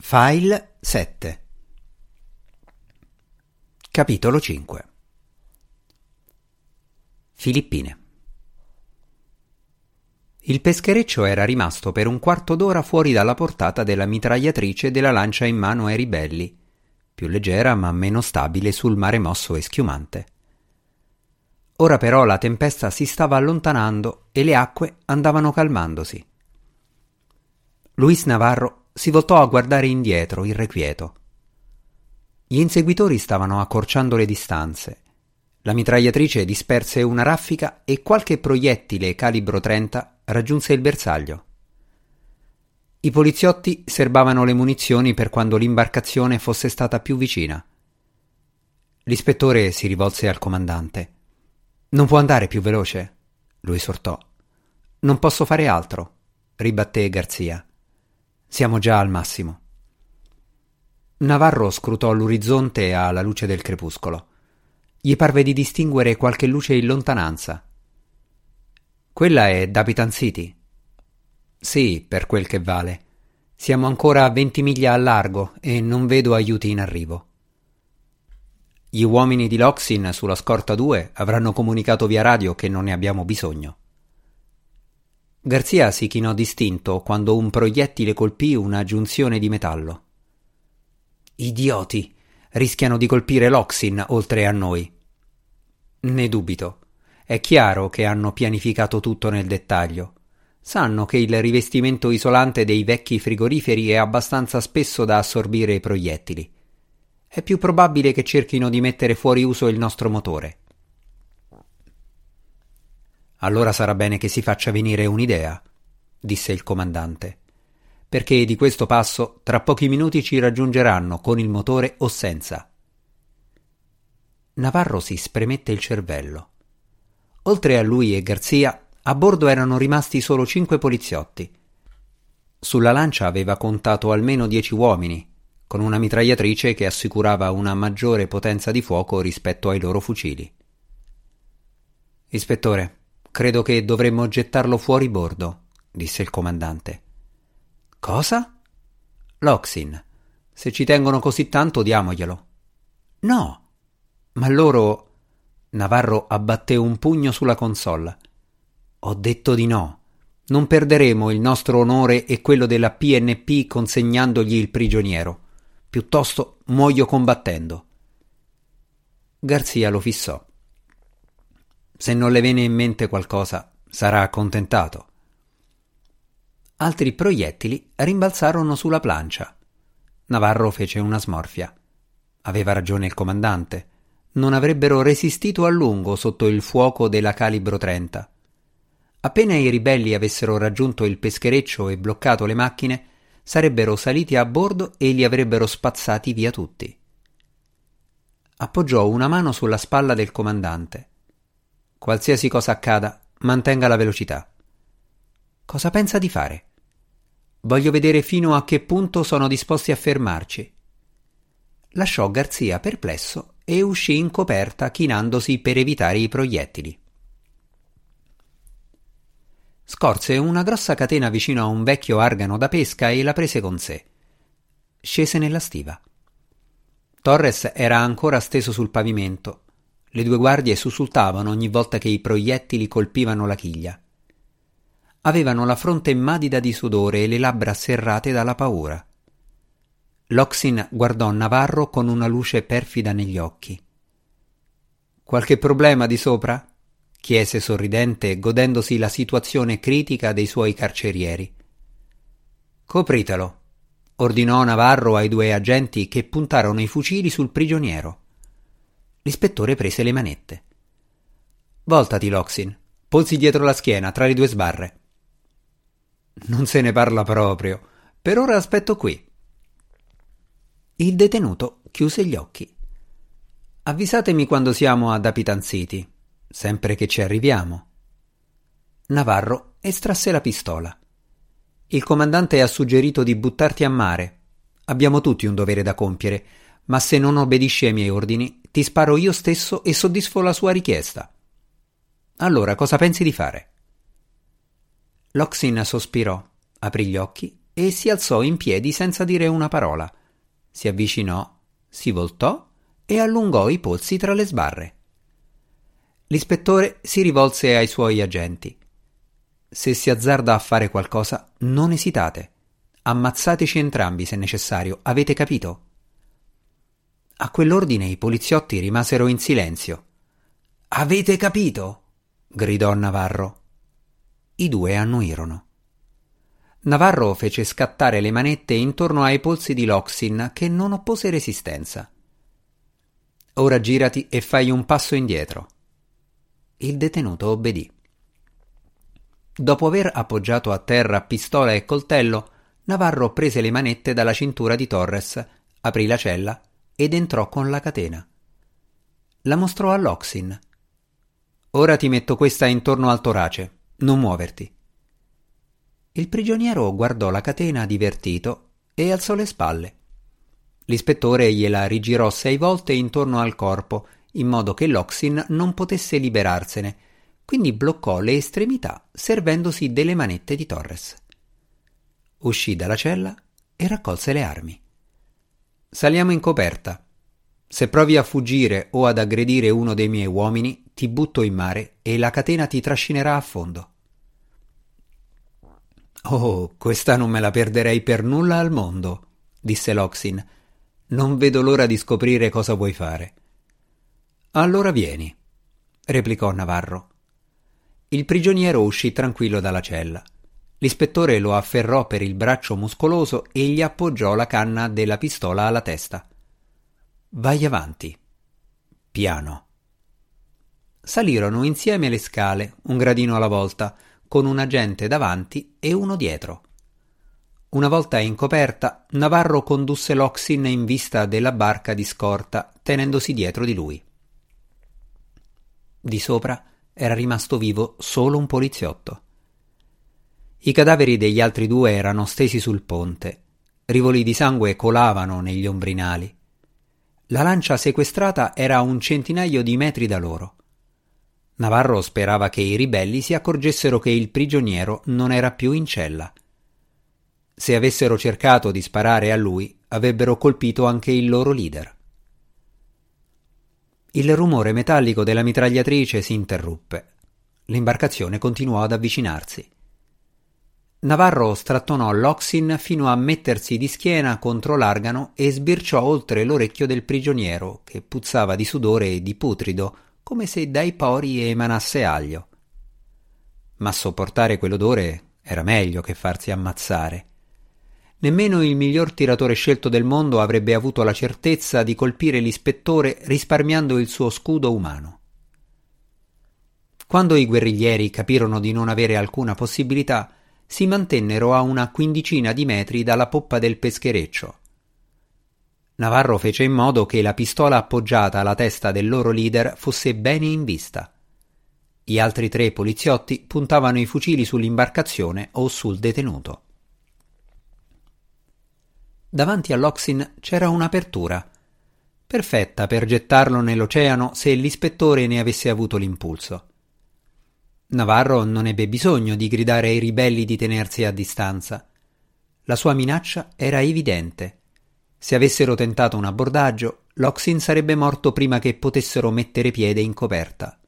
File 7. Capitolo 5. Filippine. Il peschereccio era rimasto per un quarto d'ora fuori dalla portata della mitragliatrice della lancia in mano ai ribelli, più leggera ma meno stabile sul mare mosso e schiumante. Ora però la tempesta si stava allontanando e le acque andavano calmandosi. Luis Navarro si voltò a guardare indietro, irrequieto. Gli inseguitori stavano accorciando le distanze. La mitragliatrice disperse una raffica e qualche proiettile calibro 30 raggiunse il bersaglio. I poliziotti serbavano le munizioni per quando l'imbarcazione fosse stata più vicina. L'ispettore si rivolse al comandante. «Non può andare più veloce?» Lui esortò. «Non posso fare altro», ribatté Garzia. «Siamo già al massimo». Navarro scrutò l'orizzonte alla luce del crepuscolo. Gli parve di distinguere qualche luce in lontananza. «Quella è Dapitan City?» «Sì, per quel che vale. Siamo ancora a 20 miglia al largo e non vedo aiuti in arrivo». «Gli uomini di Loxin sulla scorta 2 avranno comunicato via radio che non ne abbiamo bisogno». Garzia si chinò distinto quando un proiettile colpì una giunzione di metallo. «Idioti! Rischiano di colpire Loxin oltre a noi». «Ne dubito. È chiaro che hanno pianificato tutto nel dettaglio. Sanno che il rivestimento isolante dei vecchi frigoriferi è abbastanza spesso da assorbire i proiettili. È più probabile che cerchino di mettere fuori uso il nostro motore». «Allora sarà bene che si faccia venire un'idea», disse il comandante, «perché di questo passo tra pochi minuti ci raggiungeranno con il motore o senza». Navarro si spremette il cervello. Oltre a lui e Garzia, a bordo erano rimasti solo 5 poliziotti. Sulla lancia aveva contato almeno 10 uomini, con una mitragliatrice che assicurava una maggiore potenza di fuoco rispetto ai loro fucili. «Ispettore, credo che dovremmo gettarlo fuori bordo», disse il comandante. «Cosa?» «Loxin. Se ci tengono così tanto, diamoglielo». «No!» «Ma loro...» Navarro abbatté un pugno sulla consolla. «Ho detto di no. Non perderemo il nostro onore e quello della PNP consegnandogli il prigioniero. Piuttosto muoio combattendo». Garzia lo fissò. «Se non le viene in mente qualcosa, sarà accontentato». Altri proiettili rimbalzarono sulla plancia. Navarro fece una smorfia. Aveva ragione il comandante. Non avrebbero resistito a lungo sotto il fuoco della calibro 30. Appena i ribelli avessero raggiunto il peschereccio e bloccato le macchine, sarebbero saliti a bordo e li avrebbero spazzati via tutti. Appoggiò una mano sulla spalla del comandante. «Qualsiasi cosa accada, mantenga la velocità». «Cosa pensa di fare?» «Voglio vedere fino a che punto sono disposti a fermarci». Lasciò Garzia perplesso e uscì in coperta chinandosi per evitare i proiettili. Scorse una grossa catena vicino a un vecchio argano da pesca e la prese con sé. Scese nella stiva. Torres era ancora steso sul pavimento. Le 2 guardie sussultavano ogni volta che i proiettili colpivano la chiglia. Avevano la fronte madida di sudore e le labbra serrate dalla paura. Loxin guardò Navarro con una luce perfida negli occhi. «Qualche problema di sopra?» chiese sorridente, godendosi la situazione critica dei suoi carcerieri. «Copritelo», ordinò Navarro ai 2 agenti che puntarono i fucili sul prigioniero. L'ispettore prese le manette. «Voltati, Loxin. Polsi dietro la schiena, tra le 2 sbarre». «Non se ne parla proprio. Per ora aspetto qui». Il detenuto chiuse gli occhi. «Avvisatemi quando siamo a Dapitan City, sempre che ci arriviamo». Navarro estrasse la pistola. «Il comandante ha suggerito di buttarti a mare. Abbiamo tutti un dovere da compiere, ma se non obbedisci ai miei ordini, ti sparo io stesso e soddisfo la sua richiesta». «Allora, cosa pensi di fare?» Loxin sospirò, aprì gli occhi e si alzò in piedi senza dire una parola. Si avvicinò, si voltò e allungò i polsi tra le sbarre. L'ispettore si rivolse ai suoi agenti. Se si azzarda a fare qualcosa, non esitate. Ammazzateci entrambi se necessario, avete capito? A quell'ordine i poliziotti rimasero in silenzio. Avete capito? Gridò Navarro. I due annuirono. Navarro fece scattare le manette intorno ai polsi di Loxin, che non oppose resistenza. Ora girati e fai un passo indietro. Il detenuto obbedì. Dopo aver appoggiato a terra pistola e coltello, Navarro prese le manette dalla cintura di Torres, aprì la cella ed entrò con la catena. La mostrò a Loxin. Ora ti metto questa intorno al torace, non muoverti. Il prigioniero guardò la catena divertito e alzò le spalle. L'ispettore gliela rigirò 6 volte intorno al corpo, in modo che Loxin non potesse liberarsene, quindi bloccò le estremità servendosi delle manette di Torres. Uscì dalla cella e raccolse le armi. Saliamo in coperta. Se provi a fuggire o ad aggredire uno dei miei uomini, ti butto in mare e la catena ti trascinerà a fondo. Oh, questa non me la perderei per nulla al mondo, disse Loxin. Non vedo l'ora di scoprire cosa vuoi fare. Allora vieni, replicò Navarro. Il prigioniero uscì tranquillo dalla cella. L'ispettore lo afferrò per il braccio muscoloso e gli appoggiò la canna della pistola alla testa. Vai avanti. Piano. Salirono insieme le scale, un gradino alla volta, con un agente davanti e uno dietro. Una volta in coperta, Navarro condusse Loxin in vista della barca di scorta, tenendosi dietro di lui. Di sopra era rimasto vivo solo un poliziotto. I cadaveri degli altri 2 erano stesi sul ponte. Rivoli di sangue colavano negli ombrinali. La lancia sequestrata era a un centinaio di metri da loro. Navarro sperava che i ribelli si accorgessero che il prigioniero non era più in cella. Se avessero cercato di sparare a lui, avrebbero colpito anche il loro leader. Il rumore metallico della mitragliatrice si interruppe. L'imbarcazione continuò ad avvicinarsi. Navarro strattonò Loxin fino a mettersi di schiena contro l'argano e sbirciò oltre l'orecchio del prigioniero, che puzzava di sudore e di putrido, come se dai pori emanasse aglio. Ma sopportare quell'odore era meglio che farsi ammazzare. Nemmeno il miglior tiratore scelto del mondo avrebbe avuto la certezza di colpire l'ispettore risparmiando il suo scudo umano. Quando i guerriglieri capirono di non avere alcuna possibilità, si mantennero a una 15 di metri dalla poppa del peschereccio. Navarro fece in modo che la pistola appoggiata alla testa del loro leader fosse bene in vista. Gli altri 3 poliziotti puntavano i fucili sull'imbarcazione o sul detenuto. Davanti a Loxin c'era un'apertura, perfetta per gettarlo nell'oceano se l'ispettore ne avesse avuto l'impulso. Navarro non ebbe bisogno di gridare ai ribelli di tenersi a distanza. La sua minaccia era evidente. Se avessero tentato un abbordaggio, Loxin sarebbe morto prima che potessero mettere piede in coperta.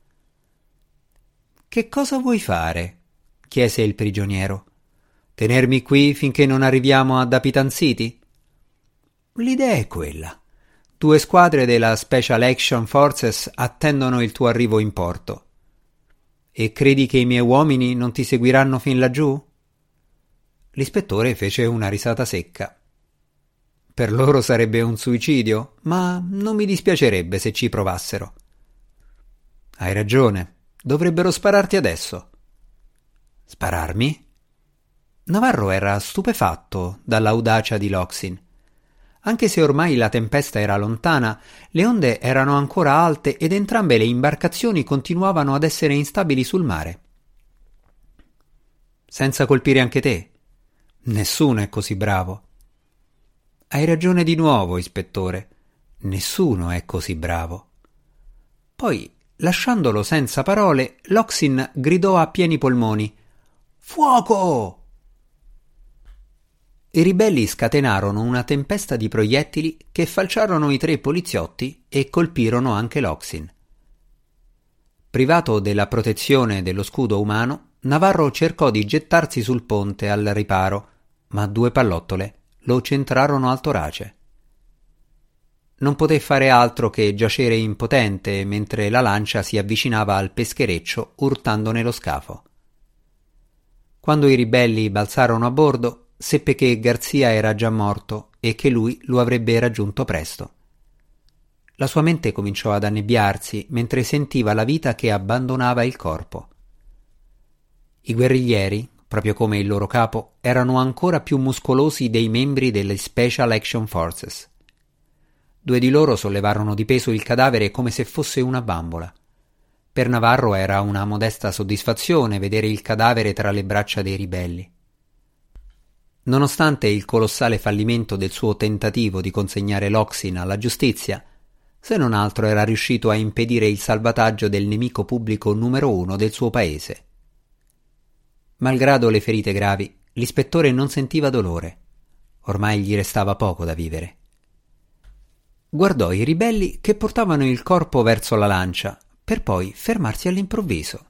«Che cosa vuoi fare?» chiese il prigioniero. «Tenermi qui finché non arriviamo ad Apitan City?» «L'idea è quella. 2 squadre della Special Action Forces attendono il tuo arrivo in porto. E credi che i miei uomini non ti seguiranno fin laggiù?» L'ispettore fece una risata secca. «Per loro sarebbe un suicidio, ma non mi dispiacerebbe se ci provassero». «Hai ragione, dovrebbero spararti adesso». «Spararmi?» Navarro era stupefatto dall'audacia di Loxin. Anche se ormai la tempesta era lontana, le onde erano ancora alte ed entrambe le imbarcazioni continuavano ad essere instabili sul mare. «Senza colpire anche te? Nessuno è così bravo». «Hai ragione di nuovo, ispettore. Nessuno è così bravo». Poi, lasciandolo senza parole, Loxin gridò a pieni polmoni: «Fuoco!» i ribelli scatenarono una tempesta di proiettili che falciarono i 3 poliziotti e colpirono anche Loxin. Privato della protezione dello scudo umano, Navarro cercò di gettarsi sul ponte al riparo, ma 2 pallottole lo centrarono al torace. Non poté fare altro che giacere impotente mentre la lancia si avvicinava al peschereccio urtandone lo scafo. Quando i ribelli balzarono a bordo, seppe che Garzia era già morto e che lui lo avrebbe raggiunto presto. La sua mente cominciò ad annebbiarsi mentre sentiva la vita che abbandonava il corpo. I guerriglieri, proprio come il loro capo, erano ancora più muscolosi dei membri delle Special Action Forces. 2 di loro sollevarono di peso il cadavere come se fosse una bambola. Per Navarro era una modesta soddisfazione vedere il cadavere tra le braccia dei ribelli. Nonostante il colossale fallimento del suo tentativo di consegnare Loxin alla giustizia, se non altro era riuscito a impedire il salvataggio del nemico pubblico numero 1 del suo paese. Malgrado le ferite gravi, l'ispettore non sentiva dolore. Ormai gli restava poco da vivere. Guardò i ribelli che portavano il corpo verso la lancia, per poi fermarsi all'improvviso.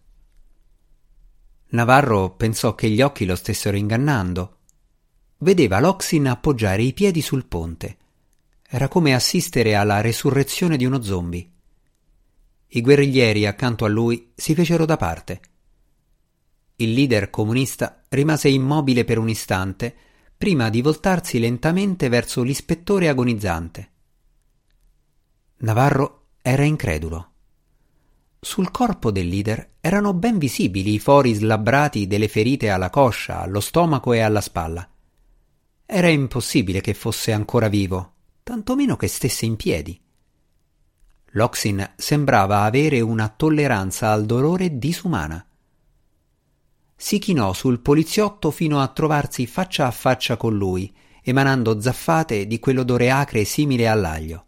Navarro pensò che gli occhi lo stessero ingannando. Vedeva Loxin appoggiare i piedi sul ponte. Era come assistere alla resurrezione di uno zombie. I guerriglieri accanto a lui si fecero da parte. Il leader comunista rimase immobile per un istante prima di voltarsi lentamente verso l'ispettore agonizzante. Navarro era incredulo. Sul corpo del leader erano ben visibili i fori slabbrati delle ferite alla coscia, allo stomaco e alla spalla. Era impossibile che fosse ancora vivo, tantomeno che stesse in piedi. Loxin sembrava avere una tolleranza al dolore disumana. Si chinò sul poliziotto fino a trovarsi faccia a faccia con lui, emanando zaffate di quell'odore acre simile all'aglio.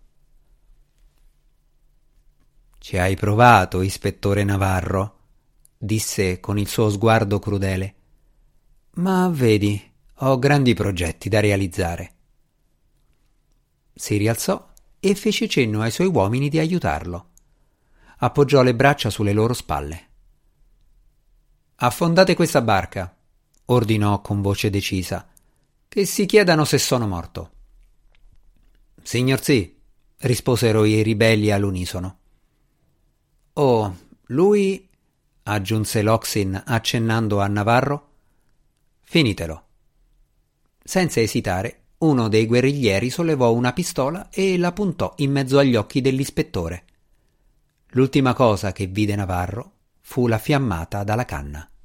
«Ci hai provato, ispettore Navarro», disse con il suo sguardo crudele. «Ma vedi, ho grandi progetti da realizzare». Si rialzò e fece cenno ai suoi uomini di aiutarlo. Appoggiò le braccia sulle loro spalle. «Affondate questa barca», ordinò con voce decisa, «che si chiedano se sono morto». «Signor sì», risposero i ribelli all'unisono. «Oh, lui», aggiunse Loxin accennando a Navarro, «finitelo». Senza esitare, uno dei guerriglieri sollevò una pistola e la puntò in mezzo agli occhi dell'ispettore. L'ultima cosa che vide Navarro fu la fiammata dalla canna.